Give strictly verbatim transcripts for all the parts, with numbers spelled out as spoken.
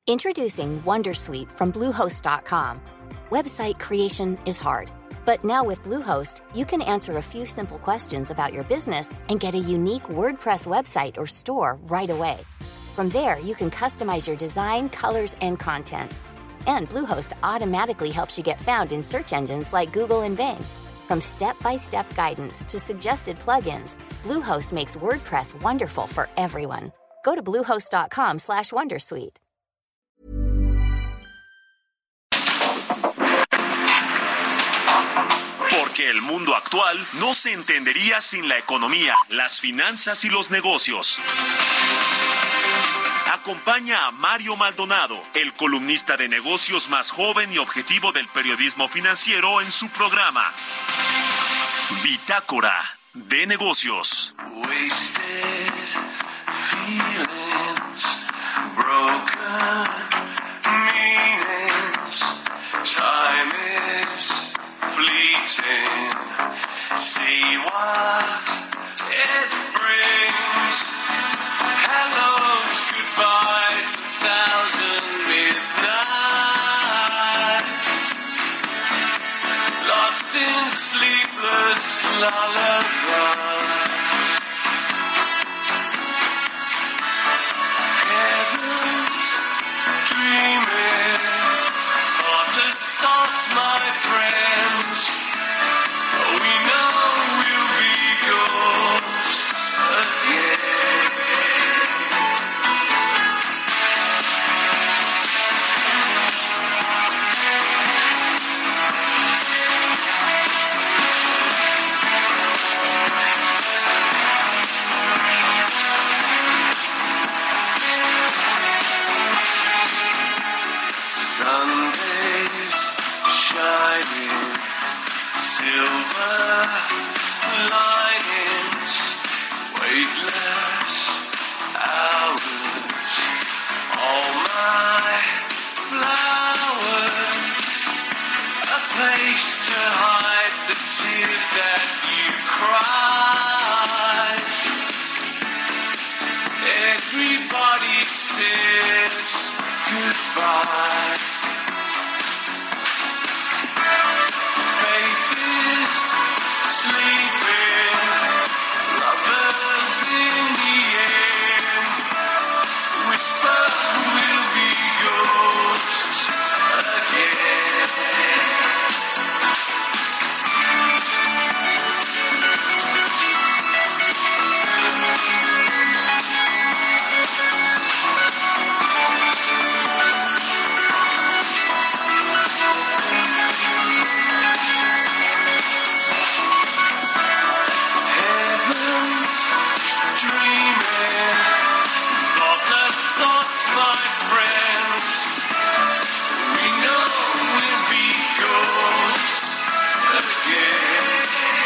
Introducing Wondersuite from Bluehost dot com. Website creation is hard, but now with Bluehost, you can answer a few simple questions about your business and get a unique WordPress website or store right away. From there, you can customize your design, colors, and content. And Bluehost automatically helps you get found in search engines like Google and Bing. From step-by-step guidance to suggested plugins, Bluehost makes WordPress wonderful for everyone. Go to bluehost dot com slash wondersuite. Porque el mundo actual no se entendería sin la economía, las finanzas y los negocios. Acompaña a Mario Maldonado, el columnista de negocios más joven y objetivo del periodismo financiero, en su programa Bitácora de Negocios. Wasted feelings, broken meanings, time is fleeting, see what it brings, hellos, goodbyes, a thousand midnights, lost in sleepless lullaby. Heavens dreaming, thoughtless thoughts, my friends. We know we'll be ghosts again. Sundays shining, silver linings, weightless hours, all my flowers, a place to hide the tears that you cried. Everybody says goodbye. Faith is sleeping, lovers in the end, whisper we'll be ghosts again. Heavens dreaming, thoughtless thoughts, my friends. We know we'll be ghosts again.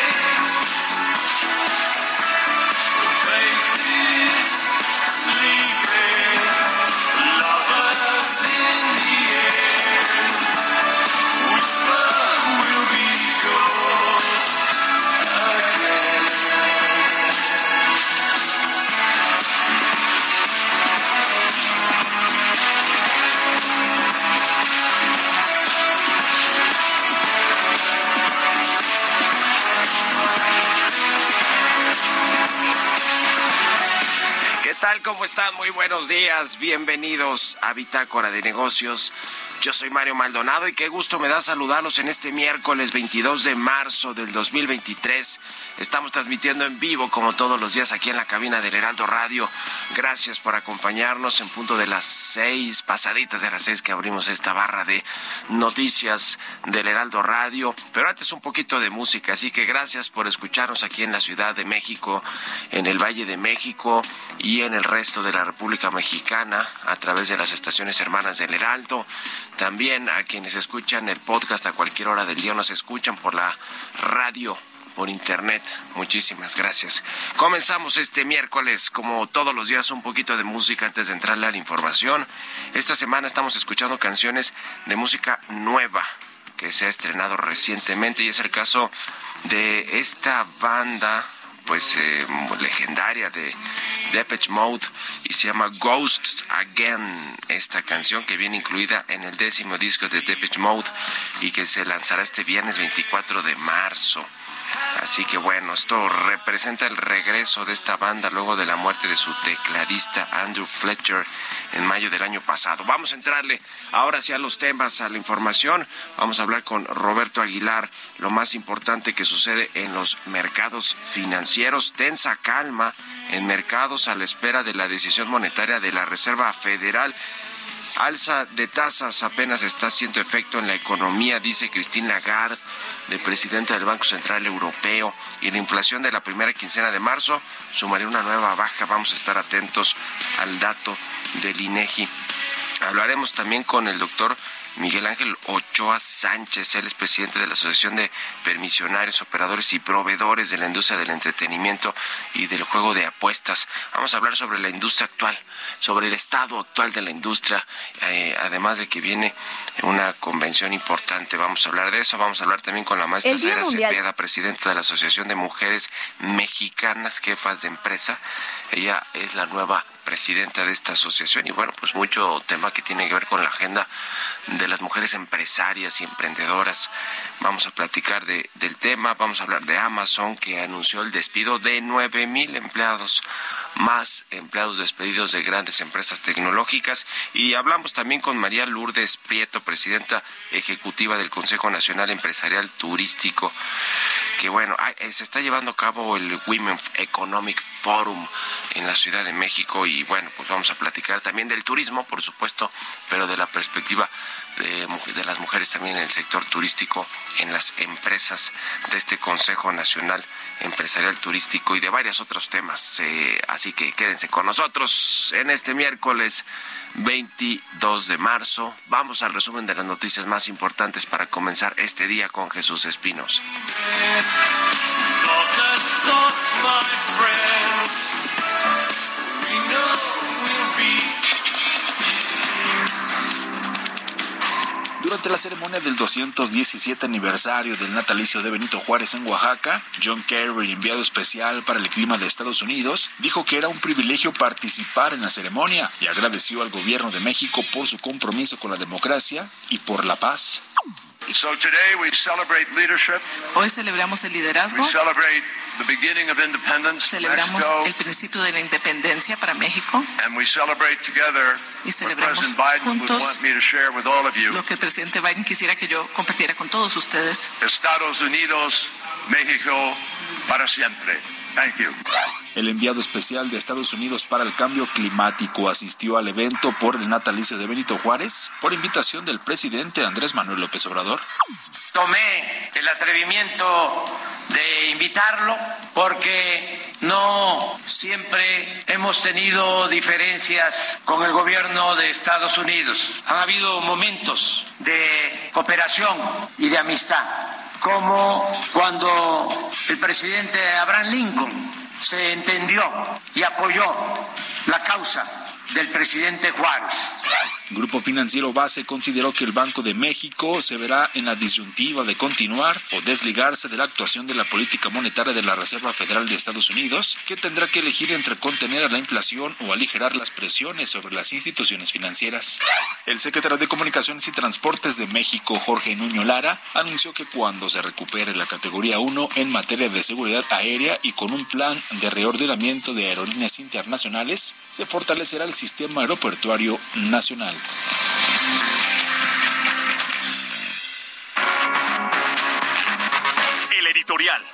Faith is sleeping, lovers in the end, whisper we'll be ghosts again. ¿Qué tal? ¿Cómo están? Muy buenos días. Bienvenidos a Bitácora de Negocios. Yo soy Mario Maldonado y qué gusto me da saludarlos en este miércoles veintidós de marzo del dos mil veintitrés. Estamos transmitiendo en vivo como todos los días aquí en la cabina del Heraldo Radio. Gracias por acompañarnos en punto de las seis, pasaditas de las seis, que abrimos esta barra de noticias del Heraldo Radio. Pero antes un poquito de música, así que gracias por escucharnos aquí en la Ciudad de México, en el Valle de México y en el resto de la República Mexicana a través de las estaciones hermanas del Heraldo. También a quienes escuchan el podcast a cualquier hora del día, nos escuchan por la radio, por internet. Muchísimas gracias. Comenzamos este miércoles, como todos los días, un poquito de música antes de entrarle a la información. Esta semana estamos escuchando canciones de música nueva que se ha estrenado recientemente, y es el caso de esta banda pues eh, legendaria de Depeche Mode y se llama Ghosts Again, esta canción que viene incluida en el décimo disco de Depeche Mode y que se lanzará este viernes veinticuatro de marzo. Así que bueno, esto representa el regreso de esta banda luego de la muerte de su tecladista Andrew Fletcher en mayo del año pasado. Vamos a entrarle ahora sí a los temas, a la información. Vamos a hablar con Roberto Aguilar, lo más importante que sucede en los mercados financieros. Tensa calma en mercados a la espera de la decisión monetaria de la Reserva Federal. Alza de tasas apenas está haciendo efecto en la economía, dice Christine Lagarde, de presidenta del Banco Central Europeo, y la inflación de la primera quincena de marzo sumaría una nueva baja. Vamos a estar atentos al dato del INEGI. Hablaremos también con el doctor Miguel Ángel Ochoa Sánchez. Él es presidente de la Asociación de Permisionarios, Operadores y Proveedores de la Industria del Entretenimiento y del Juego de Apuestas. Vamos a hablar sobre la industria actual, sobre el estado actual de la industria, eh, además de que viene una convención importante. Vamos a hablar de eso. Vamos a hablar también con la maestra Zaira Cepeda, presidenta de la Asociación de Mujeres Mexicanas, jefas de empresa. Ella es la nueva presidenta de esta asociación y bueno, pues mucho tema que tiene que ver con la agenda de las mujeres empresarias y emprendedoras. Vamos a platicar de, del tema. Vamos a hablar de Amazon, que anunció el despido de nueve mil empleados, más empleados despedidos de grandes empresas tecnológicas. Y hablamos también con María Lourdes Prieto, presidenta ejecutiva del Consejo Nacional Empresarial Turístico, que bueno, se está llevando a cabo el Women Economic Forum en la Ciudad de México y bueno, pues vamos a platicar también del turismo, por supuesto, pero de la perspectiva de, de las mujeres también en el sector turístico, en las empresas de este Consejo Nacional Empresarial Turístico y de varios otros temas. Eh, así que quédense con nosotros en este miércoles veintidós de marzo. Vamos al resumen de las noticias más importantes para comenzar este día con Jesús Espinos. Durante la ceremonia del doscientos diecisiete aniversario del natalicio de Benito Juárez en Oaxaca, John Kerry, enviado especial para el clima de Estados Unidos, dijo que era un privilegio participar en la ceremonia y agradeció al gobierno de México por su compromiso con la democracia y por la paz. So today we celebrate leadership. Hoy celebramos el liderazgo. We celebrate the beginning of independence. Celebramos Mexico, el principio de la independencia para México. And we celebrate together y celebramos what President Biden juntos would want me to share with all of you. Lo que el presidente Biden quisiera que yo compartiera con todos ustedes. Estados Unidos, México, para siempre. Thank you. El enviado especial de Estados Unidos para el cambio climático asistió al evento por el natalicio de Benito Juárez por invitación del presidente Andrés Manuel López Obrador. Tomé el atrevimiento de invitarlo porque no siempre hemos tenido diferencias con el gobierno de Estados Unidos. Han habido momentos de cooperación y de amistad, como cuando el presidente Abraham Lincoln se entendió y apoyó la causa del presidente Juárez. Grupo Financiero Base consideró que el Banco de México se verá en la disyuntiva de continuar o desligarse de la actuación de la política monetaria de la Reserva Federal de Estados Unidos, que tendrá que elegir entre contener a la inflación o aligerar las presiones sobre las instituciones financieras. El secretario de Comunicaciones y Transportes de México, Jorge Nuño Lara, anunció que cuando se recupere la categoría uno en materia de seguridad aérea y con un plan de reordenamiento de aerolíneas internacionales, se fortalecerá el sistema aeroportuario nacional. El editorial.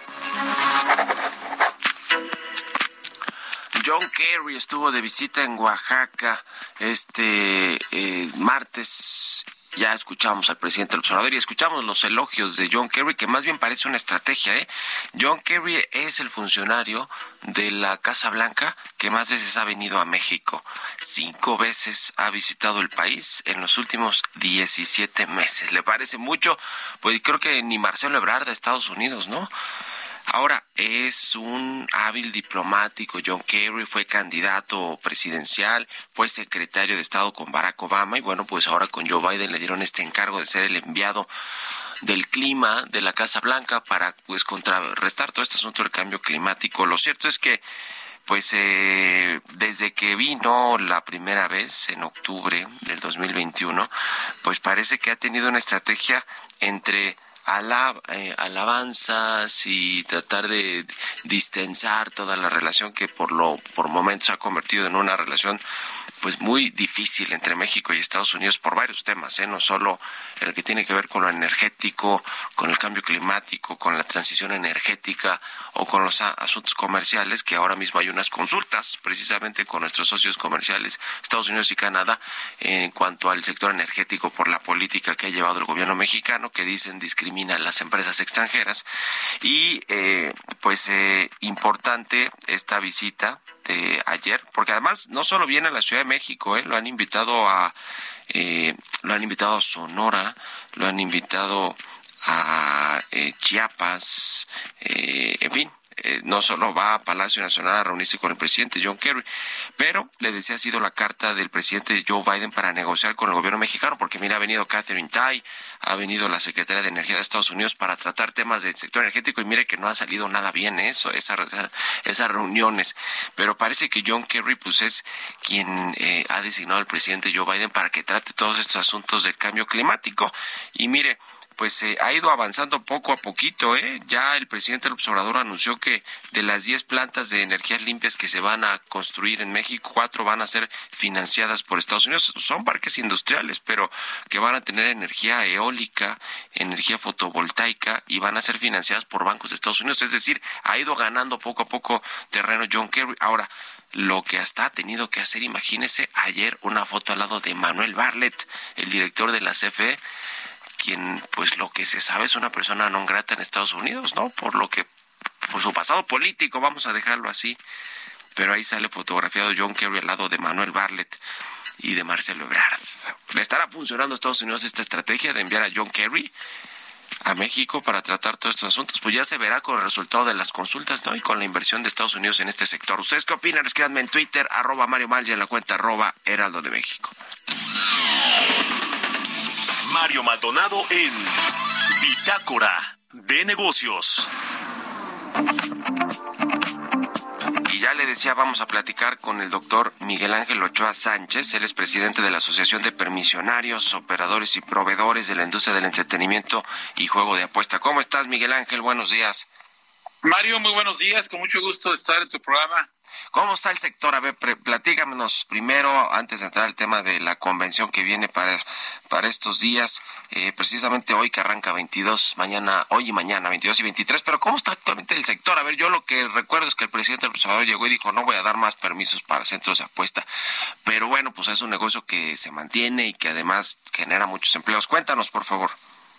John Kerry estuvo de visita en Oaxaca este eh, martes. Ya escuchamos al presidente del observador y escuchamos los elogios de John Kerry, que más bien parece una estrategia, ¿eh? John Kerry es el funcionario de la Casa Blanca que más veces ha venido a México. Cinco veces ha visitado el país en los últimos diecisiete meses. ¿Le parece mucho? Pues creo que ni Marcelo Ebrard de Estados Unidos, ¿no? Ahora, es un hábil diplomático. John Kerry fue candidato presidencial, fue secretario de Estado con Barack Obama y bueno, pues ahora con Joe Biden le dieron este encargo de ser el enviado del clima de la Casa Blanca para pues contrarrestar todo este asunto del cambio climático. Lo cierto es que pues eh, desde que vino la primera vez en octubre del dos mil veintiuno, pues parece que ha tenido una estrategia entre alab, eh, alabanzas y tratar de distensar toda la relación que por lo por momentos se ha convertido en una relación pues muy difícil entre México y Estados Unidos por varios temas, ¿eh? No solo el que tiene que ver con lo energético, con el cambio climático, con la transición energética o con los a- asuntos comerciales, que ahora mismo hay unas consultas precisamente con nuestros socios comerciales, Estados Unidos y Canadá, en cuanto al sector energético por la política que ha llevado el gobierno mexicano, que dicen discrimina a las empresas extranjeras. Y eh, pues eh, importante esta visita de ayer, porque además no solo viene a la Ciudad de México, eh, lo han invitado a eh, lo han invitado a Sonora, lo han invitado a eh, Chiapas, eh, en fin. Eh, no solo va a Palacio Nacional a reunirse con el presidente John Kerry, pero le decía ha sido la carta del presidente Joe Biden para negociar con el gobierno mexicano, porque mira, ha venido Catherine Tai, ha venido la secretaria de Energía de Estados Unidos para tratar temas del sector energético y mire que no ha salido nada bien eso, esa, esas reuniones, pero parece que John Kerry pues es quien eh, ha designado al presidente Joe Biden para que trate todos estos asuntos del cambio climático y mire, pues eh, ha ido avanzando poco a poquito, ¿eh? Ya el presidente López Obrador anunció que de las diez plantas de energías limpias que se van a construir en México, cuatro van a ser financiadas por Estados Unidos. Son parques industriales, pero que van a tener energía eólica, energía fotovoltaica y van a ser financiadas por bancos de Estados Unidos. Es decir, ha ido ganando poco a poco terreno John Kerry. Ahora, lo que hasta ha tenido que hacer, imagínese, ayer una foto al lado de Manuel Bartlett, el director de la C F E, quien, pues lo que se sabe es una persona non grata en Estados Unidos, ¿no? Por lo que, por su pasado político, vamos a dejarlo así. Pero ahí sale fotografiado John Kerry al lado de Manuel Bartlett y de Marcelo Ebrard. ¿Le estará funcionando a Estados Unidos esta estrategia de enviar a John Kerry a México para tratar todos estos asuntos? Pues ya se verá con el resultado de las consultas, ¿no? Y con la inversión de Estados Unidos en este sector. ¿Ustedes qué opinan? Escríbanme en Twitter, arroba Mario Mal, y en la cuenta arroba Heraldo de México. Mario Maldonado en Bitácora de Negocios. Y ya le decía, vamos a platicar con el doctor Miguel Ángel Ochoa Sánchez. Él es presidente de la Asociación de Permisionarios, Operadores y Proveedores de la Industria del Entretenimiento y Juego de Apuesta. ¿Cómo estás, Miguel Ángel? Buenos días. Mario, muy buenos días. Con mucho gusto de estar en tu programa. ¿Cómo está el sector? A ver, pre- platícanos primero, antes de entrar al tema de la convención que viene para, para estos días, eh, precisamente hoy que arranca veintidós, mañana, hoy y mañana, veintidós y veintitrés, pero ¿cómo está actualmente el sector? A ver, yo lo que recuerdo es que el presidente del Observador llegó y dijo, no voy a dar más permisos para centros de apuesta, pero bueno, pues es un negocio que se mantiene y que además genera muchos empleos. Cuéntanos, por favor.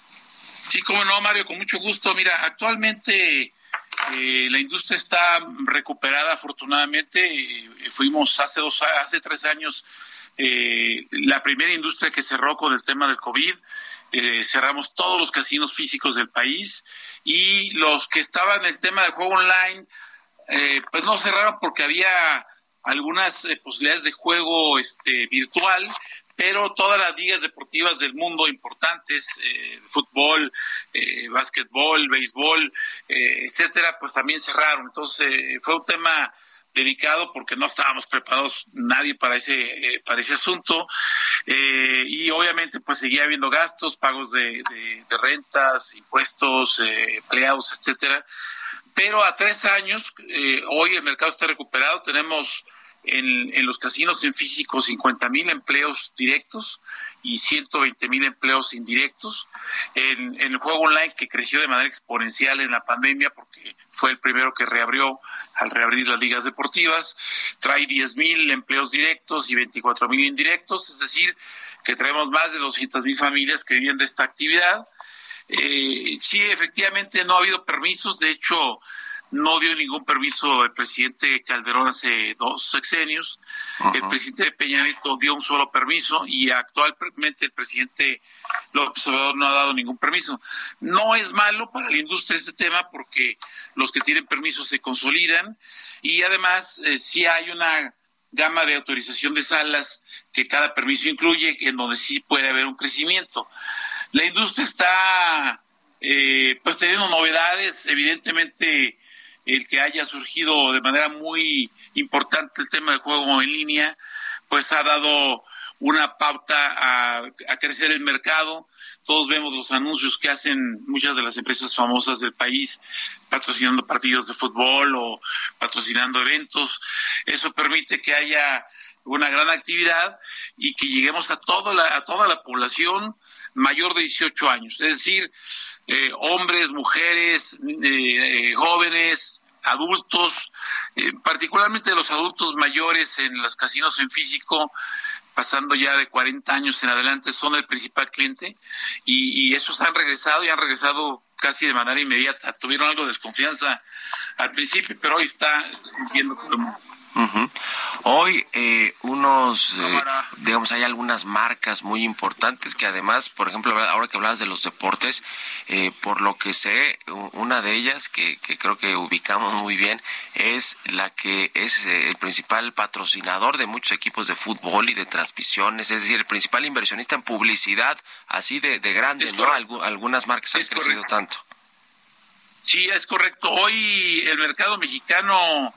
Sí, cómo no, Mario, con mucho gusto. Mira, actualmente Eh, la industria está recuperada afortunadamente. Eh, fuimos hace dos, hace tres años eh, la primera industria que cerró con el tema del COVID. Eh, cerramos todos los casinos físicos del país y los que estaban en el tema del juego online, eh, pues no cerraron porque había algunas eh, posibilidades de juego este virtual, pero todas las ligas deportivas del mundo importantes, eh, fútbol, eh, básquetbol, béisbol, eh, etcétera, pues también cerraron. Entonces eh, fue un tema delicado porque no estábamos preparados nadie para ese eh, para ese asunto eh, y obviamente pues seguía habiendo gastos, pagos de, de, de rentas, impuestos, eh, empleados, etcétera. Pero a tres años, eh, hoy el mercado está recuperado, tenemos En, en los casinos en físico cincuenta mil empleos directos y ciento veinte mil empleos indirectos. En, en el juego online, que creció de manera exponencial en la pandemia porque fue el primero que reabrió al reabrir las ligas deportivas, trae diez mil empleos directos y veinticuatro mil indirectos, es decir, que traemos más de doscientas mil familias que viven de esta actividad. Eh, sí, efectivamente no ha habido permisos, de hecho no dio ningún permiso el presidente Calderón hace dos sexenios. Uh-huh. El presidente Peña Nieto dio un solo permiso y actualmente el presidente López Obrador no ha dado ningún permiso. No es malo para la industria este tema porque los que tienen permiso se consolidan y además eh, sí hay una gama de autorización de salas que cada permiso incluye, en donde sí puede haber un crecimiento. La industria está eh, pues teniendo novedades, evidentemente el que haya surgido de manera muy importante el tema del juego en línea, pues ha dado una pauta a, a crecer el mercado. Todos vemos los anuncios que hacen muchas de las empresas famosas del país patrocinando partidos de fútbol o patrocinando eventos. Eso permite que haya una gran actividad y que lleguemos a toda la, a toda la población mayor de dieciocho años, es decir, eh, hombres, mujeres, eh, eh, jóvenes, adultos, eh, particularmente los adultos mayores en los casinos en físico, pasando ya de cuarenta años en adelante, son el principal cliente, y, y esos han regresado y han regresado casi de manera inmediata. Tuvieron algo de desconfianza al principio, pero hoy está viendo como... Uh-huh. Hoy eh, unos, eh, digamos, hay algunas marcas muy importantes que además, por ejemplo, ahora que hablabas de los deportes, eh, por lo que sé, una de ellas que, que creo que ubicamos muy bien es la que es eh, el principal patrocinador de muchos equipos de fútbol y de transmisiones, es decir, el principal inversionista en publicidad, así de, de grande, ¿no? Algu- algunas marcas han crecido tanto. Sí, es correcto. Hoy el mercado mexicano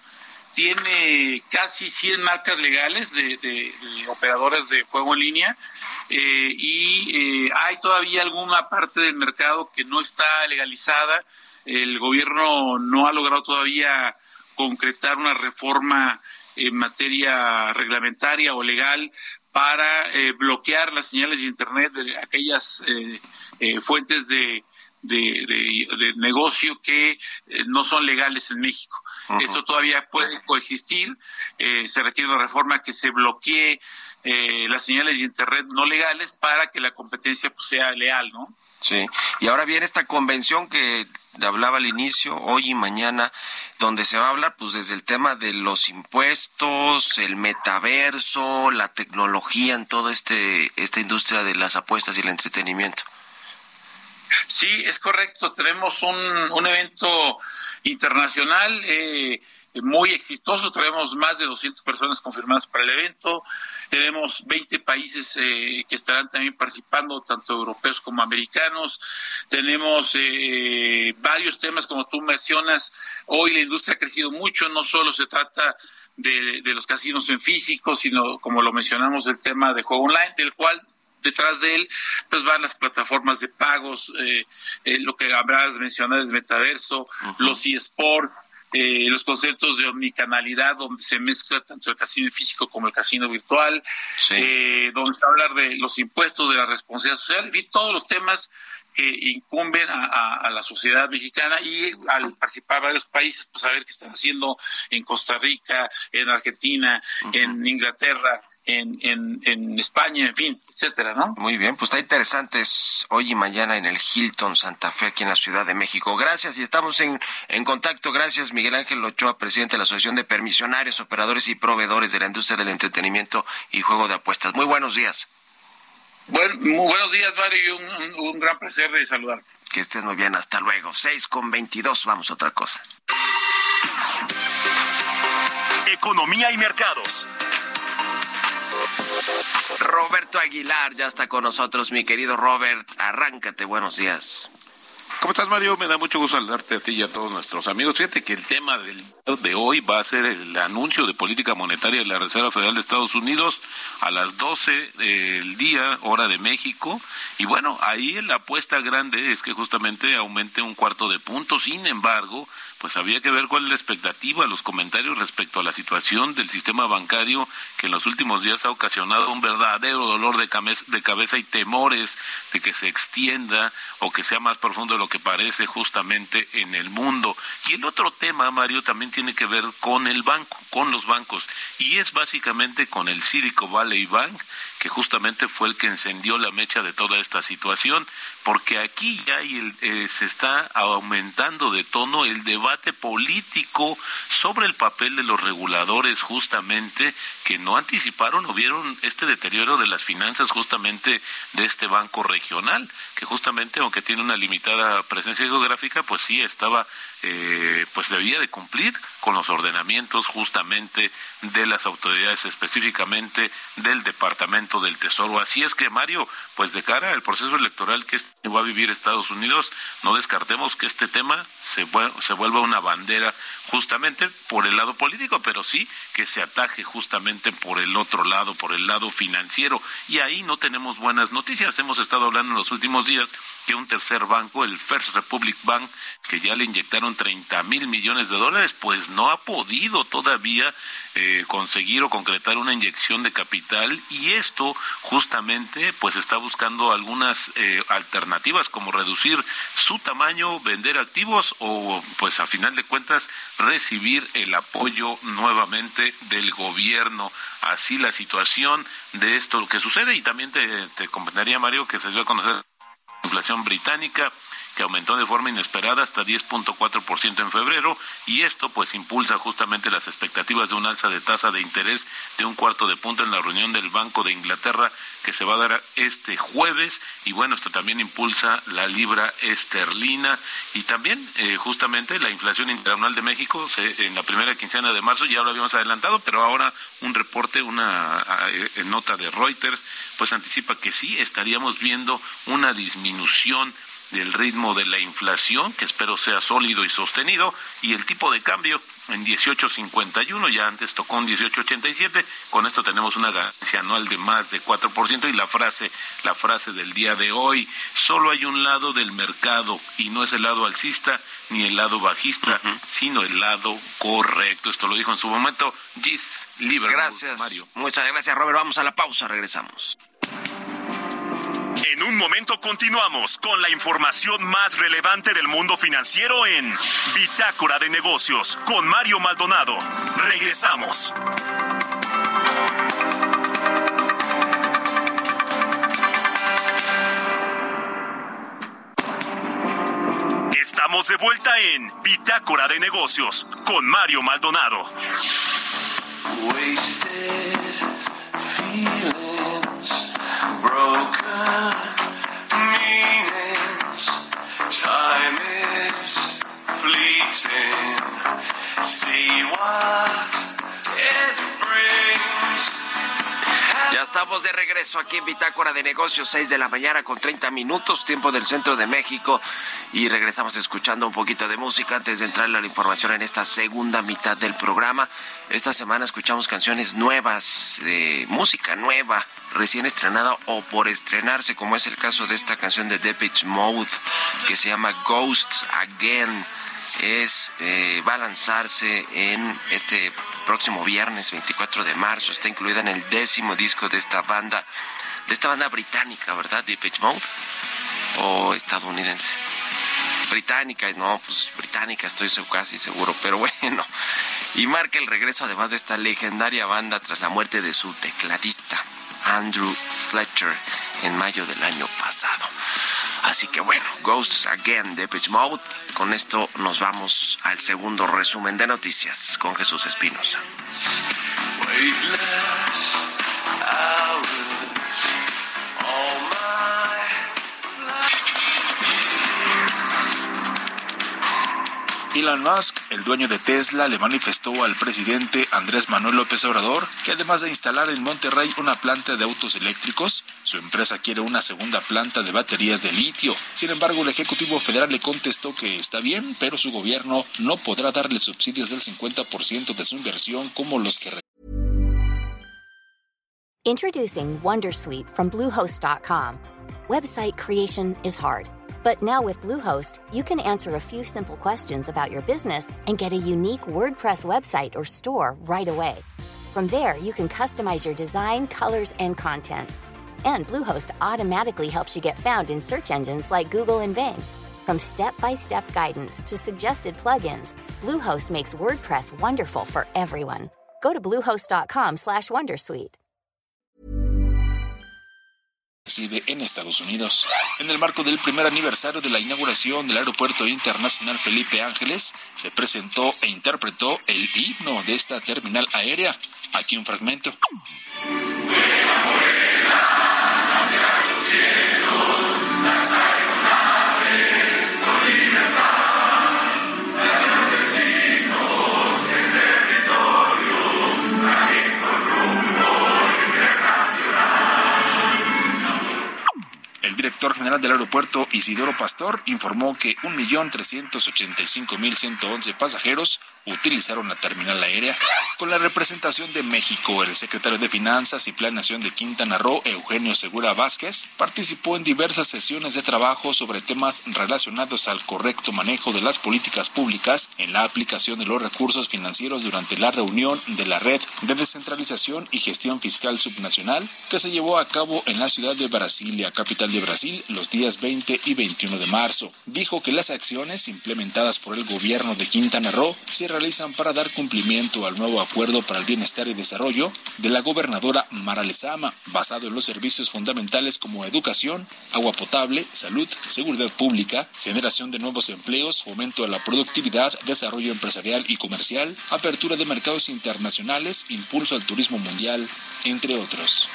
tiene casi cien marcas legales de, de, de operadoras de juego en línea, eh, y eh, hay todavía alguna parte del mercado que no está legalizada. El gobierno no ha logrado todavía concretar una reforma en materia reglamentaria o legal para eh, bloquear las señales de Internet de aquellas eh, eh, fuentes de De, de, de negocio que eh, no son legales en México. Uh-huh. Esto todavía puede coexistir. Eh, se requiere una reforma que se bloquee eh, las señales de Internet no legales para que la competencia pues, sea leal, ¿no? Sí, y ahora viene esta convención que hablaba al inicio, hoy y mañana, donde se va a hablar pues desde el tema de los impuestos, el metaverso, la tecnología en toda este esta industria de las apuestas y el entretenimiento. Sí, es correcto. Tenemos un, un evento internacional eh, muy exitoso. Tenemos más de doscientas personas confirmadas para el evento. Tenemos veinte países eh, que estarán también participando, tanto europeos como americanos. Tenemos eh, varios temas, como tú mencionas. Hoy la industria ha crecido mucho. No solo se trata de, de los casinos en físico, sino, como lo mencionamos, el tema de juego online, del cual detrás de él pues van las plataformas de pagos, eh, eh, lo que habrás mencionado es metaverso, uh-huh. los eSports, eh, los conceptos de omnicanalidad, donde se mezcla tanto el casino físico como el casino virtual, sí. eh, donde se habla de los impuestos, de la responsabilidad social, en fin, todos los temas que incumben a, a, a la sociedad mexicana, y al participar varios países, pues a ver qué están haciendo en Costa Rica, en Argentina, uh-huh. en Inglaterra, En, en, en España, en fin, etcétera, ¿no? Muy bien, pues está interesante, es hoy y mañana en el Hilton Santa Fe, aquí en la Ciudad de México. Gracias, y estamos en, en contacto. Gracias, Miguel Ángel Ochoa, presidente de la Asociación de Permisionarios, Operadores y Proveedores de la Industria del Entretenimiento y Juego de Apuestas. Muy buenos días. Bueno, muy buenos días, Mario, y un, un, un gran placer de saludarte. Que estés muy bien, hasta luego. seis con veintidós, vamos a otra cosa. Economía y mercados. Roberto Aguilar ya está con nosotros, mi querido Robert, arráncate, buenos días. ¿Cómo estás, Mario? Me da mucho gusto saludarte a ti y a todos nuestros amigos. Fíjate que el tema del de hoy va a ser el anuncio de política monetaria de la Reserva Federal de Estados Unidos a las doce del día, hora de México. Y bueno, ahí la apuesta grande es que justamente aumente un cuarto de punto. Sin embargo, pues había que ver cuál es la expectativa, los comentarios respecto a la situación del sistema bancario, que en los últimos días ha ocasionado un verdadero dolor de cabeza, de cabeza y temores de que se extienda o que sea más profundo de lo que parece justamente en el mundo. Y el otro tema, Mario, también tiene que ver con el banco, con los bancos, y es básicamente con el Silicon Valley Bank, que justamente fue el que encendió la mecha de toda esta situación, porque aquí ya hay el, eh, se está aumentando de tono el debate debate político sobre el papel de los reguladores justamente que no anticiparon o vieron este deterioro de las finanzas justamente de este banco regional, que justamente aunque tiene una limitada presencia geográfica, pues sí estaba, eh, pues debía de cumplir con los ordenamientos justamente de las autoridades, específicamente del Departamento del Tesoro. Así es que, Mario, pues de cara al proceso electoral que va a vivir Estados Unidos, no descartemos que este tema se, vu- se vuelva una bandera justamente por el lado político, pero sí que se ataje justamente por el otro lado, por el lado financiero, y ahí no tenemos buenas noticias. Hemos estado hablando en los últimos días que un tercer banco, el First Republic Bank, que ya le inyectaron treinta mil millones de dólares, pues no ha podido todavía eh, conseguir o concretar una inyección de capital, y esto justamente pues está buscando algunas eh, alternativas, como reducir su tamaño, vender activos o pues a final de cuentas recibir el apoyo nuevamente del gobierno. Así la situación de esto que sucede. Y también te, te comentaría, Mario, que se dio a conocer la inflación británica, que aumentó de forma inesperada hasta diez punto cuatro por ciento en febrero, y esto pues impulsa justamente las expectativas de un alza de tasa de interés de un cuarto de punto en la reunión del Banco de Inglaterra que se va a dar este jueves. Y bueno, esto también impulsa la libra esterlina, y también eh, justamente la inflación interanual de México se, en la primera quincena de marzo, ya lo habíamos adelantado, pero ahora un reporte, una eh, nota de Reuters pues anticipa que sí estaríamos viendo una disminución del ritmo de la inflación, que espero sea sólido y sostenido, y el tipo de cambio en dieciocho cincuenta y uno, ya antes tocó en dieciocho ochenta y siete, con esto tenemos una ganancia anual de más de cuatro por ciento. Y la frase, la frase del día de hoy: solo hay un lado del mercado, y no es el lado alcista ni el lado bajista, uh-huh. sino el lado correcto. Esto lo dijo en su momento Gis Lieberman. Gracias, Mario. Muchas gracias, Robert. Vamos a la pausa, regresamos. En un momento continuamos con la información más relevante del mundo financiero en Bitácora de Negocios con Mario Maldonado. Regresamos. Estamos de vuelta en Bitácora de Negocios con Mario Maldonado. Wasted feelings, broken meanings, time is fleeting, see what it brings. Ya estamos de regreso aquí en Bitácora de Negocios, seis de la mañana con treinta minutos, tiempo del centro de México, y regresamos escuchando un poquito de música antes de entrar a la información en esta segunda mitad del programa. Esta semana escuchamos canciones nuevas, de música nueva, recién estrenada o por estrenarse, como es el caso de esta canción de Depeche Mode que se llama Ghosts Again. Es eh, va a lanzarse en este próximo viernes veinticuatro de marzo. Está incluida en el décimo disco de esta banda, de esta banda británica, ¿verdad? Depeche Mode, o estadounidense. Británica, no, pues británica, estoy casi seguro, pero bueno. Y marca el regreso además de esta legendaria banda tras la muerte de su tecladista Andrew Fletcher en mayo del año pasado. Así que bueno, Ghosts Again, Depeche Mode. Con esto nos vamos al segundo resumen de noticias con Jesús Espinosa. Elon Musk, el dueño de Tesla, le manifestó al presidente Andrés Manuel López Obrador que además de instalar en Monterrey una planta de autos eléctricos, su empresa quiere una segunda planta de baterías de litio. Sin embargo, el Ejecutivo Federal le contestó que está bien, pero su gobierno no podrá darle subsidios del cincuenta por ciento de su inversión como los que... Introducing Wondersuite from Bluehost dot com. Website creation is hard. But now with Bluehost, you can answer a few simple questions about your business and get a unique WordPress website or store right away. From there, you can customize your design, colors, and content. And Bluehost automatically helps you get found in search engines like Google and Bing. From step-by-step guidance to suggested plugins, Bluehost makes WordPress wonderful for everyone. Go to bluehost dot com slash wondersuite. recibe en Estados Unidos. En el marco del primer aniversario de la inauguración del Aeropuerto Internacional Felipe Ángeles, se presentó e interpretó el himno de esta terminal aérea. Aquí un fragmento. El director general del aeropuerto, Isidoro Pastor, informó que un millón trescientos ochenta y cinco mil ciento once pasajeros utilizaron la terminal aérea. Con la representación de México, el secretario de Finanzas y Planeación de Quintana Roo, Eugenio Segura Vázquez, participó en diversas sesiones de trabajo sobre temas relacionados al correcto manejo de las políticas públicas en la aplicación de los recursos financieros durante la reunión de la Red de Descentralización y Gestión Fiscal Subnacional que se llevó a cabo en la ciudad de Brasilia, capital de Brasil, los días veinte y veintiuno de marzo. Dijo que las acciones implementadas por el gobierno de Quintana Roo se realizan para dar cumplimiento al nuevo Acuerdo para el Bienestar y Desarrollo de la gobernadora Mara Lezama, basado en los servicios fundamentales como educación, agua potable, salud, seguridad pública, generación de nuevos empleos, fomento a la productividad, desarrollo empresarial y comercial, apertura de mercados internacionales, impulso al turismo mundial, entre otros.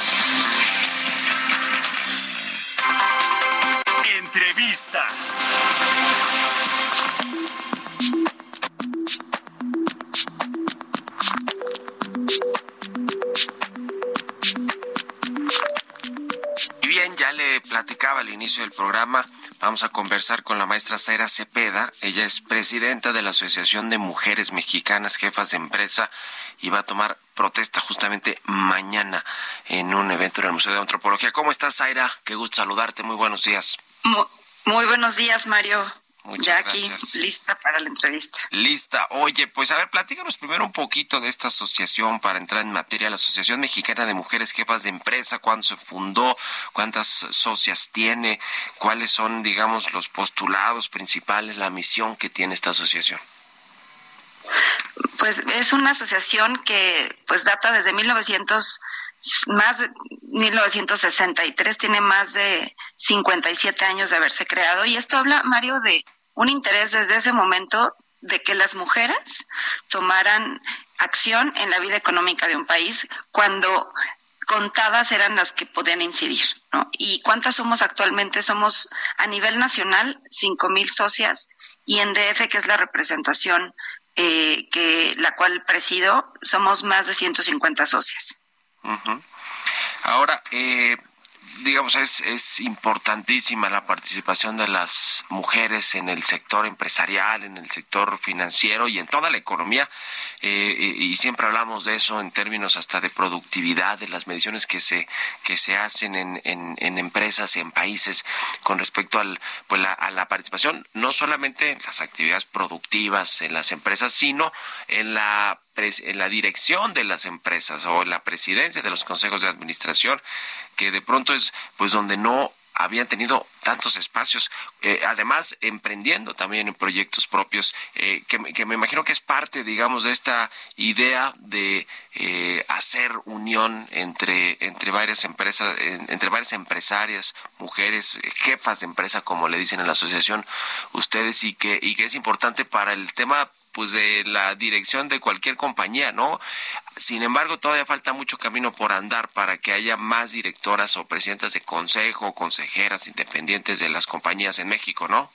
Entrevista. Y bien, ya le platicaba al inicio del programa, vamos a conversar con la maestra Zaira Cepeda. Ella es presidenta de la Asociación de Mujeres Mexicanas Jefas de Empresa y va a tomar protesta justamente mañana en un evento en el Museo de Antropología. ¿Cómo estás, Zaira? Qué gusto saludarte. Muy buenos días. Muy, muy buenos días, Mario. Muchas ya gracias. Aquí, lista para la entrevista. Lista. Oye, pues a ver, platícanos primero un poquito de esta asociación para entrar en materia. La Asociación Mexicana de Mujeres Jefas de Empresa, ¿cuándo se fundó? ¿Cuántas socias tiene? ¿Cuáles son, digamos, los postulados principales, la misión que tiene esta asociación? Pues es una asociación que pues data desde mil novecientos, más de mil novecientos sesenta y tres, tiene más de cincuenta y siete años de haberse creado, y esto habla, Mario, de un interés desde ese momento de que las mujeres tomaran acción en la vida económica de un país cuando contadas eran las que podían incidir, ¿no? ¿Y cuántas somos actualmente? Somos a nivel nacional cinco mil socias, y en D F, que es la representación eh, que la cual presido, somos más de ciento cincuenta socias. Uh-huh. Ahora, eh, digamos, es, es importantísima la participación de las mujeres en el sector empresarial, en el sector financiero y en toda la economía, eh, y, y siempre hablamos de eso en términos hasta de productividad, de las mediciones que se que se hacen en, en, en empresas y en países con respecto al pues la, a la participación, no solamente en las actividades productivas en las empresas, sino en la en la dirección de las empresas o en la presidencia de los consejos de administración, que de pronto es pues donde no habían tenido tantos espacios, eh, además emprendiendo también en proyectos propios, eh, que, que me imagino que es parte, digamos, de esta idea de eh, hacer unión entre entre varias empresas, en, entre varias empresarias, mujeres, eh, jefas de empresa, como le dicen en la asociación ustedes, y que y que es importante para el tema pues de la dirección de cualquier compañía, ¿no? Sin embargo, todavía falta mucho camino por andar para que haya más directoras o presidentas de consejo, consejeras independientes de las compañías en México, ¿no?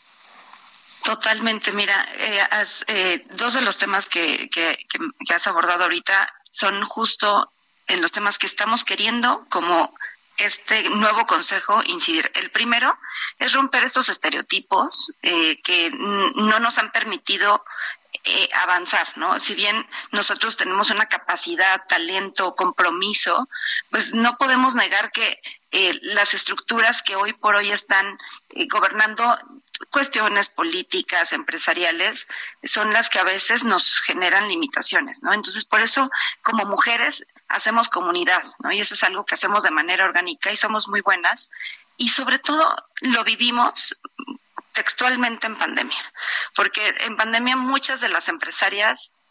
Totalmente. Mira, eh, has, eh, dos de los temas que, que, que, que has abordado ahorita son justo en los temas que estamos queriendo como este nuevo consejo incidir. El primero es romper estos estereotipos eh, que n- no nos han permitido Eh, avanzar, ¿no? Si bien nosotros tenemos una capacidad, talento, compromiso, pues no podemos negar que eh, las estructuras que hoy por hoy están eh, gobernando cuestiones políticas, empresariales, son las que a veces nos generan limitaciones, ¿no? Entonces, por eso, como mujeres, hacemos comunidad, ¿no? Y eso es algo que hacemos de manera orgánica y somos muy buenas, y sobre todo lo vivimos textualmente en pandemia, porque en pandemia muchas de las empresarias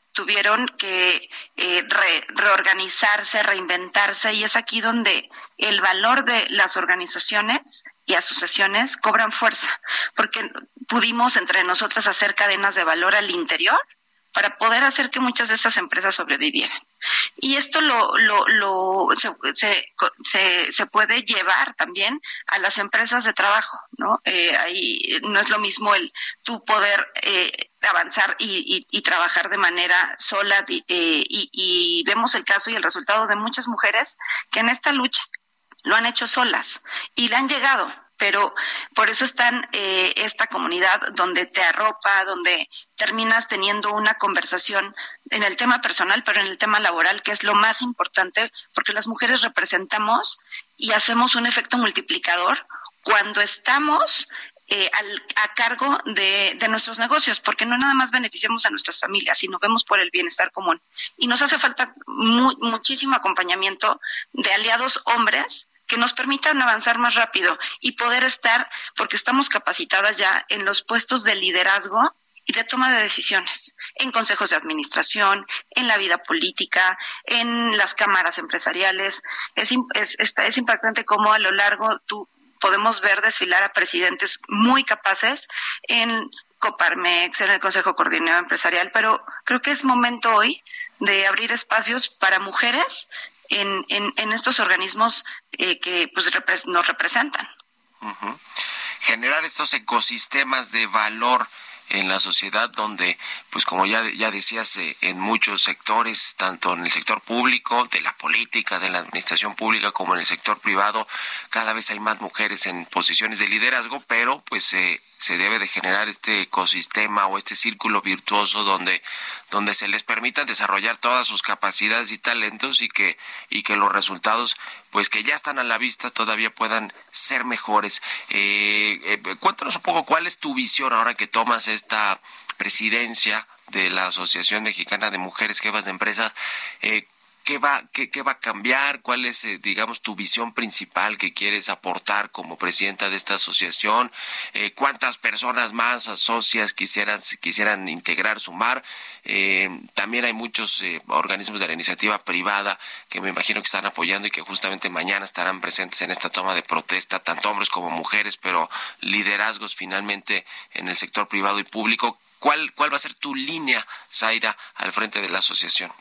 tuvieron que eh, re, reorganizarse, reinventarse, y es aquí donde el valor de las organizaciones y asociaciones cobran fuerza, porque pudimos entre nosotras hacer cadenas de valor al interior para poder hacer que muchas de esas empresas sobrevivieran. Y esto lo, lo, lo se, se, se, se puede llevar también a las empresas de trabajo, ¿no? Eh, ahí no es lo mismo el tú poder eh, avanzar y, y, y trabajar de manera sola, eh, y, y vemos el caso y el resultado de muchas mujeres que en esta lucha lo han hecho solas y le han llegado. Pero por eso están eh, esta comunidad donde te arropa, donde terminas teniendo una conversación en el tema personal, pero en el tema laboral, que es lo más importante, porque las mujeres representamos y hacemos un efecto multiplicador cuando estamos eh, al, a cargo de, de nuestros negocios, porque no nada más beneficiamos a nuestras familias, sino vemos por el bienestar común. Y nos hace falta mu- muchísimo acompañamiento de aliados hombres que nos permitan avanzar más rápido y poder estar, porque estamos capacitadas ya en los puestos de liderazgo y de toma de decisiones, en consejos de administración, en la vida política, en las cámaras empresariales. Es, es, es, es impactante cómo a lo largo tú podemos ver desfilar a presidentes muy capaces en Coparmex, en el Consejo Coordinador Empresarial, pero creo que es momento hoy de abrir espacios para mujeres En, en, en estos organismos eh, que pues repre- nos representan. Uh-huh. Generar estos ecosistemas de valor en la sociedad donde, pues como ya, ya decías, eh, en muchos sectores, tanto en el sector público, de la política, de la administración pública, como en el sector privado, cada vez hay más mujeres en posiciones de liderazgo, pero pues eh, se debe de generar este ecosistema o este círculo virtuoso donde donde se les permita desarrollar todas sus capacidades y talentos y que y que los resultados, pues que ya están a la vista, todavía puedan ser mejores. Eh, eh, cuéntanos un poco cuál es tu visión ahora que tomas esta presidencia de la Asociación Mexicana de Mujeres Jefas de Empresas. Eh, ¿Qué va, qué, qué va a cambiar? ¿Cuál es, eh, digamos, tu visión principal que quieres aportar como presidenta de esta asociación? Eh, ¿Cuántas personas más, socias, quisieran, quisieran integrar, sumar? Eh, también hay muchos eh, organismos de la iniciativa privada que me imagino que están apoyando y que justamente mañana estarán presentes en esta toma de protesta, tanto hombres como mujeres, pero liderazgos finalmente en el sector privado y público. ¿Cuál, cuál va a ser tu línea, Zaira, al frente de la asociación?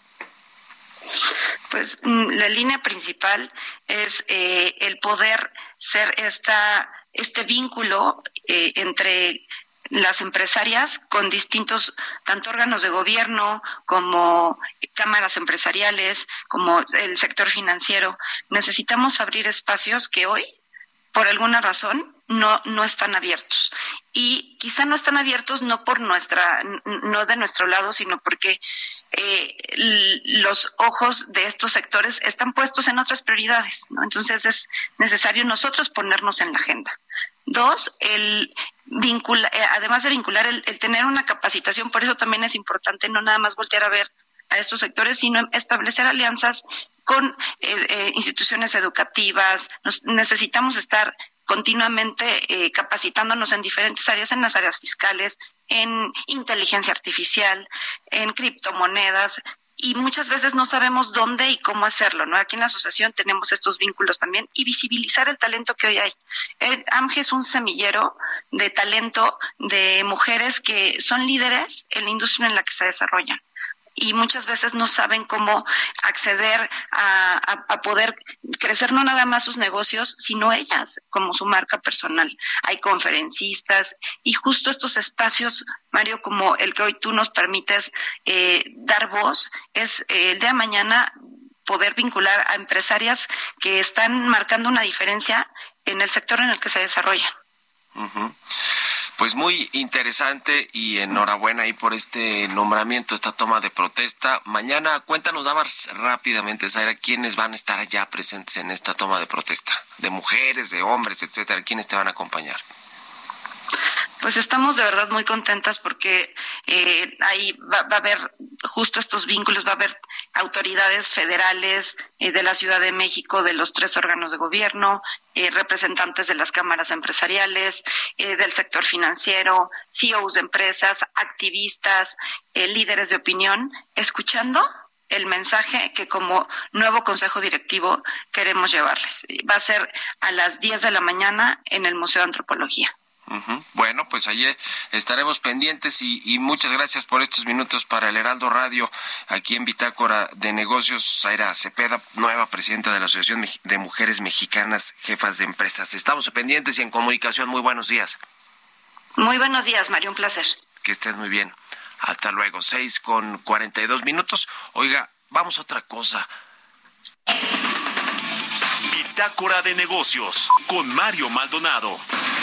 Pues la línea principal es eh, el poder ser esta este vínculo eh, entre las empresarias con distintos, tanto órganos de gobierno como cámaras empresariales, como el sector financiero. Necesitamos abrir espacios que hoy, por alguna razón, no no están abiertos. Y quizá no están abiertos no por nuestra, no de nuestro lado, sino porque eh, los ojos de estos sectores están puestos en otras prioridades, ¿no? Entonces es necesario nosotros ponernos en la agenda. Dos, el vincula, eh, además de vincular, el, el tener una capacitación, por eso también es importante no nada más voltear a ver a estos sectores, sino establecer alianzas con eh, eh, instituciones educativas. Nos, necesitamos estar continuamente eh, capacitándonos en diferentes áreas, en las áreas fiscales, en inteligencia artificial, en criptomonedas, y muchas veces no sabemos dónde y cómo hacerlo, ¿no? Aquí en la asociación tenemos estos vínculos también y visibilizar el talento que hoy hay. El A M G es un semillero de talento de mujeres que son líderes en la industria en la que se desarrollan. Y muchas veces no saben cómo acceder a, a, a poder crecer no nada más sus negocios, sino ellas como su marca personal. Hay conferencistas y justo estos espacios, Mario, como el que hoy tú nos permites eh, dar voz, es eh, el día de mañana poder vincular a empresarias que están marcando una diferencia en el sector en el que se desarrollan. Uh-huh. Pues muy interesante y enhorabuena ahí por este nombramiento, esta toma de protesta. Mañana, cuéntanos, Damaris, rápidamente, Zaira, quiénes van a estar allá presentes en esta toma de protesta, de mujeres, de hombres, etcétera, quiénes te van a acompañar. Pues estamos de verdad muy contentas porque eh, ahí va, va a haber justo estos vínculos, va a haber autoridades federales eh, de la Ciudad de México, de los tres órganos de gobierno, eh, representantes de las cámaras empresariales, eh, del sector financiero, C E Os de empresas, activistas, eh, líderes de opinión, escuchando el mensaje que como nuevo consejo directivo queremos llevarles. Va a ser a las diez de la mañana en el Museo de Antropología. Uh-huh. Bueno, pues allí estaremos pendientes y, y muchas gracias por estos minutos para el Heraldo Radio. Aquí en Bitácora de Negocios, Zaira Cepeda, nueva presidenta de la Asociación de Mujeres Mexicanas Jefas de Empresas. Estamos pendientes y en comunicación. Muy buenos días. Muy buenos días, Mario, un placer. Que estés muy bien. Hasta luego. Seis con cuarenta y dos minutos. Oiga, vamos a otra cosa. Bitácora de Negocios con Mario Maldonado.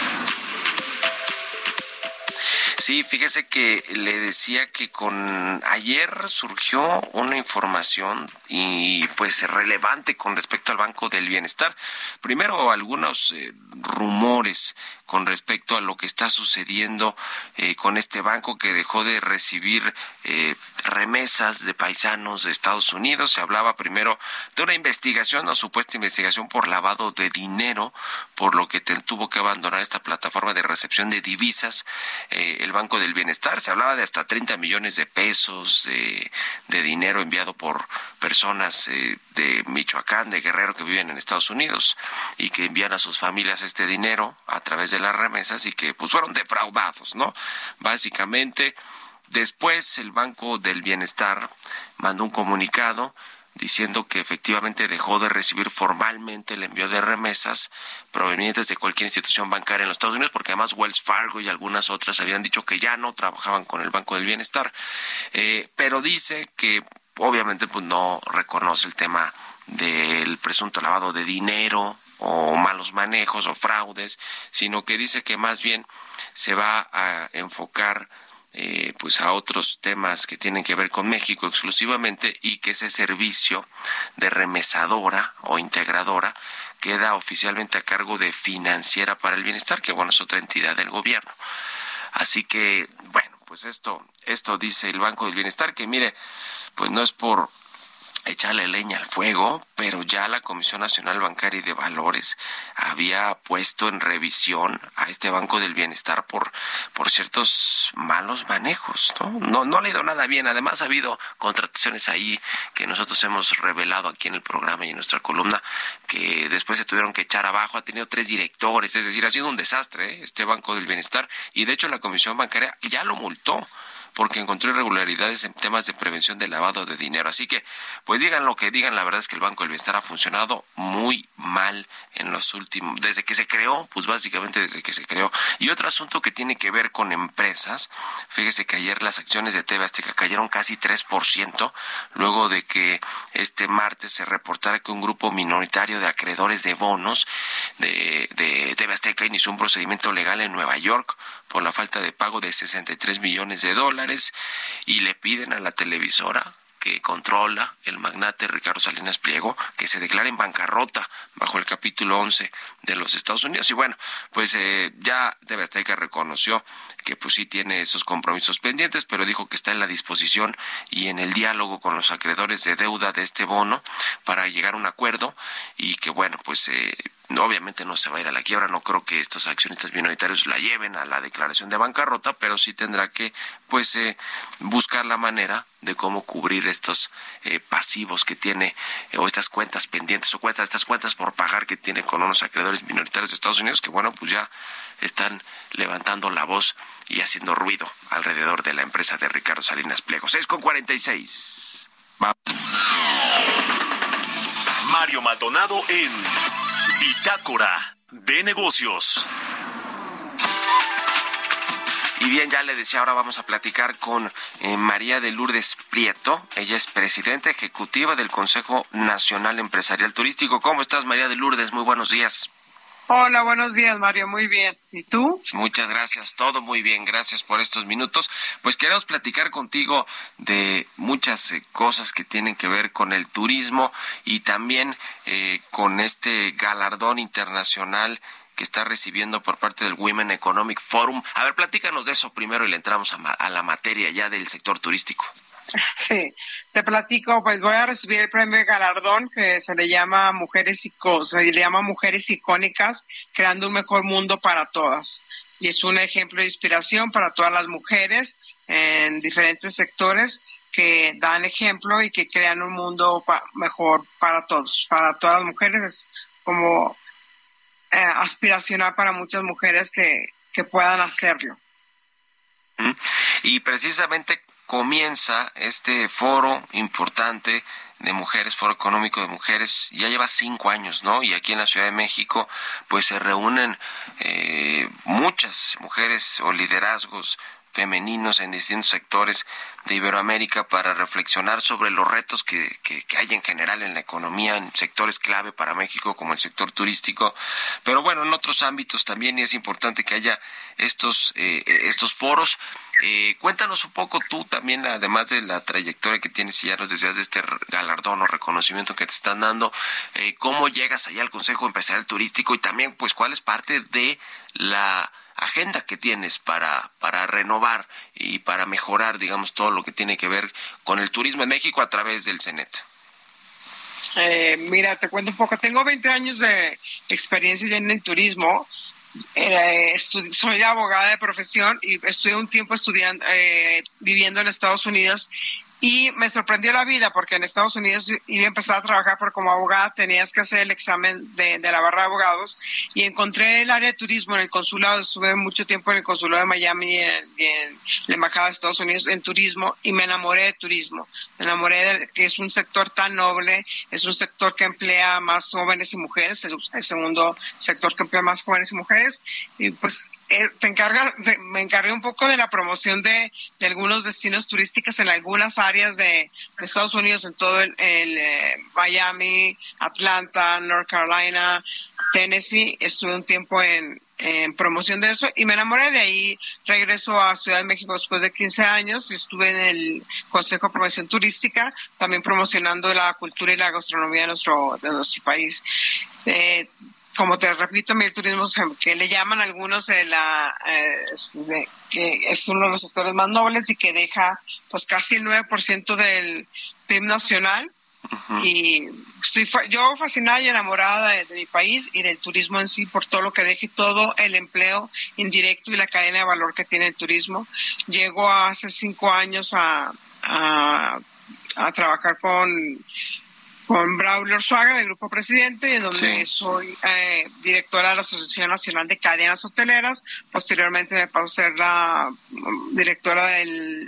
Sí, fíjese que le decía que con ayer surgió una información y pues relevante con respecto al Banco del Bienestar. Primero, algunos eh, rumores con respecto a lo que está sucediendo eh, con este banco que dejó de recibir eh, remesas de paisanos de Estados Unidos. Se hablaba primero de una investigación, una supuesta investigación por lavado de dinero, por lo que te, tuvo que abandonar esta plataforma de recepción de divisas, eh, el Banco del Bienestar. Se hablaba de hasta treinta millones de pesos de, de dinero enviado por personas eh, de Michoacán, de Guerrero, que viven en Estados Unidos y que envían a sus familias este dinero a través de las remesas y que pues fueron defraudados, ¿no? Básicamente, después el Banco del Bienestar mandó un comunicado diciendo que efectivamente dejó de recibir formalmente el envío de remesas provenientes de cualquier institución bancaria en los Estados Unidos, porque además Wells Fargo y algunas otras habían dicho que ya no trabajaban con el Banco del Bienestar, eh, pero dice que obviamente pues no reconoce el tema del presunto lavado de dinero o malos manejos o fraudes, sino que dice que más bien se va a enfocar eh, pues a otros temas que tienen que ver con México exclusivamente, y que ese servicio de remesadora o integradora queda oficialmente a cargo de Financiera para el Bienestar, que bueno, es otra entidad del gobierno. Así que, bueno, pues esto, esto dice el Banco del Bienestar, que mire, pues no es por echarle leña al fuego, pero ya la Comisión Nacional Bancaria y de Valores había puesto en revisión a este Banco del Bienestar por por ciertos malos manejos, ¿no? No, no le ha ido nada bien. Además ha habido contrataciones ahí que nosotros hemos revelado aquí en el programa y en nuestra columna, que después se tuvieron que echar abajo. Ha tenido tres directores, es decir, ha sido un desastre, ¿eh? Este Banco del Bienestar, y de hecho la Comisión Bancaria ya lo multó porque encontró irregularidades en temas de prevención de lavado de dinero. Así que, pues digan lo que digan, la verdad es que el Banco del Bienestar ha funcionado muy mal en los últimos, desde que se creó, pues básicamente desde que se creó. Y otro asunto que tiene que ver con empresas, fíjese que ayer las acciones de T V Azteca cayeron casi tres por ciento, luego de que este martes se reportara que un grupo minoritario de acreedores de bonos de, de T V Azteca inició un procedimiento legal en Nueva York por la falta de pago de sesenta y tres millones de dólares, y le piden a la televisora que controla el magnate Ricardo Salinas Pliego que se declare en bancarrota bajo el capítulo once de los Estados Unidos. Y bueno, pues eh, ya T V Azteca reconoció que pues sí tiene esos compromisos pendientes, pero dijo que está en la disposición y en el diálogo con los acreedores de deuda de este bono para llegar a un acuerdo, y que bueno, pues eh, obviamente no se va a ir a la quiebra. No creo que estos accionistas minoritarios la lleven a la declaración de bancarrota, pero sí tendrá que pues eh, buscar la manera de cómo cubrir estos eh, pasivos que tiene eh, o estas cuentas pendientes o cuentas, estas cuentas por pagar que tiene con unos acreedores minoritarios de Estados Unidos que bueno, pues ya están levantando la voz y haciendo ruido alrededor de la empresa de Ricardo Salinas Pliego. seis con cuarenta y seis. Mario Maldonado en Bitácora de Negocios. Y bien, ya le decía, ahora vamos a platicar con eh, María de Lourdes Prieto. Ella es presidenta ejecutiva del Consejo Nacional Empresarial Turístico. ¿Cómo estás, María de Lourdes? Muy buenos días. Hola, buenos días, Mario. Muy bien. ¿Y tú? Muchas gracias. Todo muy bien. Gracias por estos minutos. Pues queremos platicar contigo de muchas eh, cosas que tienen que ver con el turismo y también eh, con este galardón internacional que está recibiendo por parte del Women Economic Forum. A ver, platícanos de eso primero y le entramos a, ma- a la materia ya del sector turístico. Sí, te platico, pues voy a recibir el premio galardón que se le llama Mujeres Ico- se le llama Mujeres Icónicas, creando un mejor mundo para todas. Y es un ejemplo de inspiración para todas las mujeres en diferentes sectores que dan ejemplo y que crean un mundo pa- mejor para todos, para todas las mujeres. Es como eh, aspiracional para muchas mujeres que, que puedan hacerlo. ¿Mm? Y precisamente comienza este foro importante de mujeres, Foro Económico de Mujeres, ya lleva cinco años, ¿no? Y aquí en la Ciudad de México, pues se reúnen eh, muchas mujeres o liderazgos femeninos en distintos sectores de Iberoamérica para reflexionar sobre los retos que, que, que hay en general en la economía, en sectores clave para México como el sector turístico, pero bueno, en otros ámbitos también, y es importante que haya estos, eh, estos foros. Eh, cuéntanos un poco tú también, además de la trayectoria que tienes y ya nos decías de este galardón o reconocimiento que te están dando, eh, cómo llegas allá al Consejo Empresarial Turístico y también pues cuál es parte de la agenda que tienes para para renovar y para mejorar, digamos, todo lo que tiene que ver con el turismo en México a través del CENET. Eh, mira, te cuento un poco. Tengo veinte años de experiencia ya en el turismo. Eh, estu- soy abogada de profesión y estuve un tiempo estudiando, eh, viviendo en Estados Unidos. Y me sorprendió la vida porque en Estados Unidos iba a empezar a trabajar, pero como abogada tenías que hacer el examen de, de la barra de abogados y encontré el área de turismo en el consulado. Estuve mucho tiempo en el consulado de Miami y en, y en la embajada de Estados Unidos en turismo y me enamoré de turismo. Me enamoré de que es un sector tan noble, es un sector que emplea más jóvenes y mujeres, es el segundo sector que emplea más jóvenes y mujeres y pues Eh, te encarga, de, me encargué un poco de la promoción de, de algunos destinos turísticos en algunas áreas de, de Estados Unidos, en todo el, el eh, Miami, Atlanta, North Carolina, Tennessee. Estuve un tiempo en, en promoción de eso y me enamoré. De ahí regreso a Ciudad de México después de quince años y estuve en el Consejo de Promoción Turística, también promocionando la cultura y la gastronomía de nuestro, de nuestro país. Eh, Como te repito, el turismo que le llaman algunos de la, eh, de, que es uno de los sectores más nobles y que deja pues casi el nueve por ciento del P I B nacional. Uh-huh. Y estoy fa- yo fascinada y enamorada de, de mi país y del turismo en sí por todo lo que deje, todo el empleo indirecto y la cadena de valor que tiene el turismo. Llego hace cinco años a, a, a trabajar con... con Braulio Orzuaga del Grupo Presidente, en donde sí. soy eh, directora de la Asociación Nacional de Cadenas Hoteleras. Posteriormente me paso a ser la um, directora del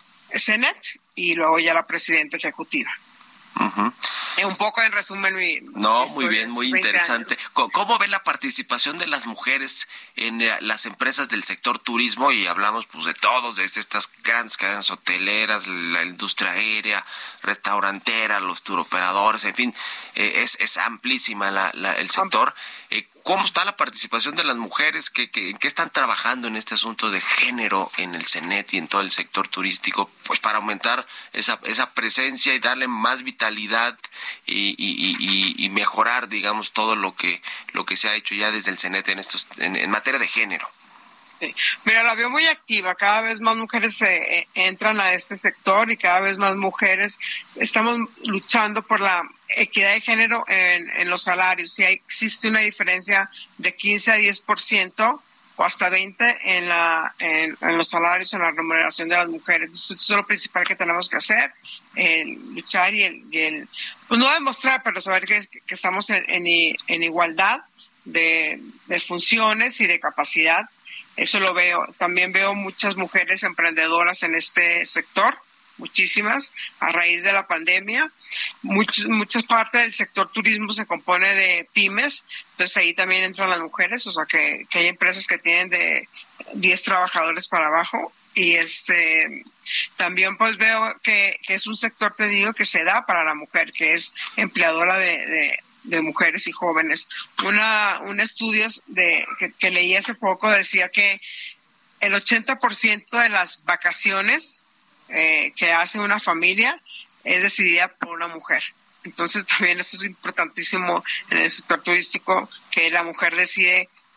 CENET y luego ya la presidenta ejecutiva. Uh-huh. Eh, un poco en resumen mi No, muy bien, muy interesante. Años. ¿Cómo ven la participación de las mujeres en eh, las empresas del sector turismo? Y hablamos pues de todos, desde estas grandes cadenas hoteleras, la industria aérea, restaurantera, los turoperadores, en fin, eh, es, es amplísima la, la, el sector. Eh, ¿Cómo está la participación de las mujeres? ¿Qué, qué, ¿Qué están trabajando en este asunto de género en el CENET y en todo el sector turístico? Pues para aumentar esa, esa presencia y darle más vitalidad y, y, y, y mejorar, digamos, todo lo que lo que se ha hecho ya desde el CENET en, estos, en, en materia de género. Sí. Mira, la veo muy activa, cada vez más mujeres eh, entran a este sector y cada vez más mujeres estamos luchando por la equidad de género en, en los salarios. Si hay, existe una diferencia de quince a diez por ciento o hasta veinte por ciento en, la, en, en los salarios, en la remuneración de las mujeres. Entonces, eso es lo principal que tenemos que hacer, el luchar y el, y el pues no demostrar, pero saber que, que estamos en, en, en igualdad de, de funciones y de capacidad. Eso lo veo. También veo muchas mujeres emprendedoras en este sector, muchísimas, a raíz de la pandemia. Muchas, muchas partes del sector turismo se compone de pymes, entonces ahí también entran las mujeres, o sea que, que hay empresas que tienen de diez trabajadores para abajo. Y este también pues veo que, que es un sector, te digo, que se da para la mujer, que es empleadora de... de de mujeres y jóvenes. Una un estudio de que, que leí hace poco decía que el ochenta por ciento de las vacaciones eh, que hace una familia es decidida por una mujer. Entonces también eso es importantísimo en el sector turístico, que la mujer decide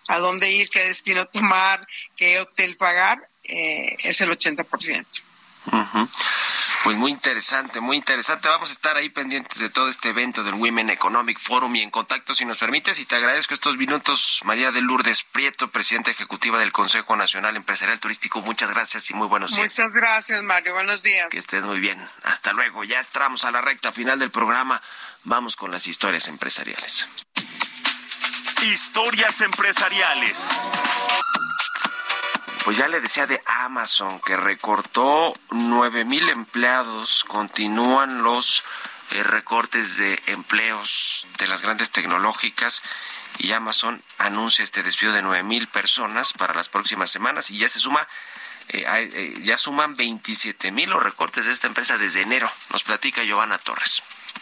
a dónde ir, qué destino tomar, qué hotel pagar, eh, es el ochenta por ciento. Uh-huh. Pues muy interesante, muy interesante. Vamos a estar ahí pendientes de todo este evento del Women Economic Forum y en contacto, si nos permites, y te agradezco estos minutos, María de Lourdes Prieto, presidenta ejecutiva del Consejo Nacional Empresarial Turístico. Muchas gracias y muy buenos días. Muchas gracias, Mario. Buenos días. Que estés muy bien. Hasta luego. Ya entramos a la recta final del programa. Vamos con las historias empresariales. Historias empresariales. Pues ya le decía de Amazon, que recortó nueve mil empleados. Continúan los eh, recortes de empleos de las grandes tecnológicas y Amazon anuncia este despido de nueve mil personas para las próximas semanas y ya se suma, eh, eh, ya suman veintisiete mil los recortes de esta empresa desde enero. Nos platica Giovanna Torres.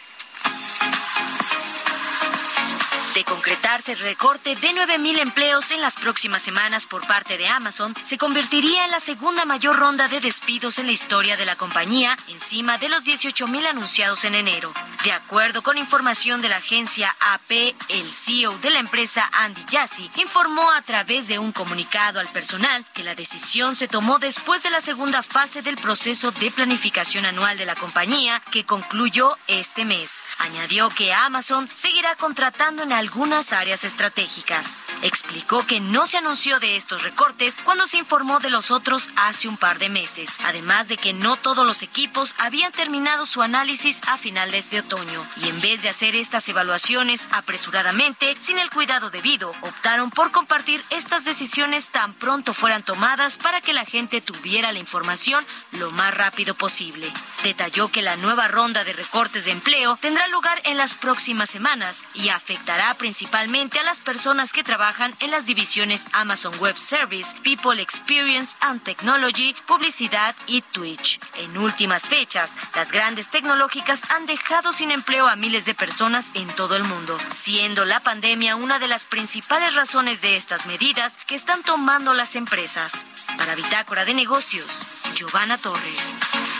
De concretarse el recorte de nueve mil empleos en las próximas semanas por parte de Amazon, se convertiría en la segunda mayor ronda de despidos en la historia de la compañía, encima de los dieciocho mil anunciados en enero. De acuerdo con información de la agencia A P, el C E O de la empresa, Andy Jassy, informó a través de un comunicado al personal que la decisión se tomó después de la segunda fase del proceso de planificación anual de la compañía, que concluyó este mes. Añadió que Amazon seguirá contratando en algunas áreas estratégicas. Explicó que no se anunció de estos recortes cuando se informó de los otros hace un par de meses, además de que no todos los equipos habían terminado su análisis a finales de otoño, y en vez de hacer estas evaluaciones apresuradamente, sin el cuidado debido, optaron por compartir estas decisiones tan pronto fueran tomadas para que la gente tuviera la información lo más rápido posible. Detalló que la nueva ronda de recortes de empleo tendrá lugar en las próximas semanas y afectará principalmente a las personas que trabajan en las divisiones Amazon Web Service, People Experience and Technology, Publicidad y Twitch. En últimas fechas, las grandes tecnológicas han dejado sin empleo a miles de personas en todo el mundo, siendo la pandemia una de las principales razones de estas medidas que están tomando las empresas. Para Bitácora de Negocios, Giovanna Torres.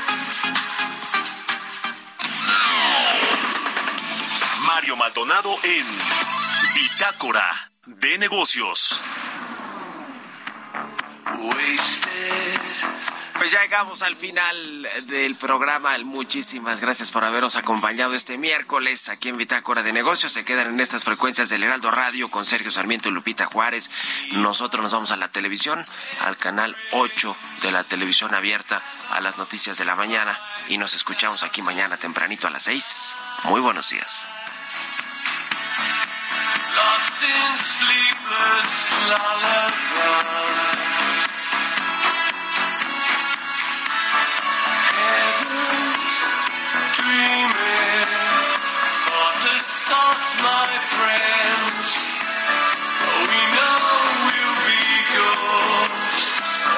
Mario Maldonado en Bitácora de Negocios. Pues ya llegamos al final del programa. Muchísimas gracias por habernos acompañado este miércoles aquí en Bitácora de Negocios. Se quedan en estas frecuencias del Heraldo Radio con Sergio Sarmiento y Lupita Juárez. Nosotros nos vamos a la televisión, al canal ocho de la televisión abierta, a las noticias de la mañana, y nos escuchamos aquí mañana tempranito a las seis. Muy buenos días. Lost in sleepless lullaby, heaven's dreaming, thoughtless thoughts, my friends. We know we'll be ghosts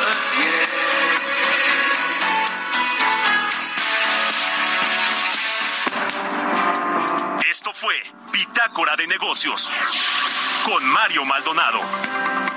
again. Esto fue Bitácora de Negocios con Mario Maldonado.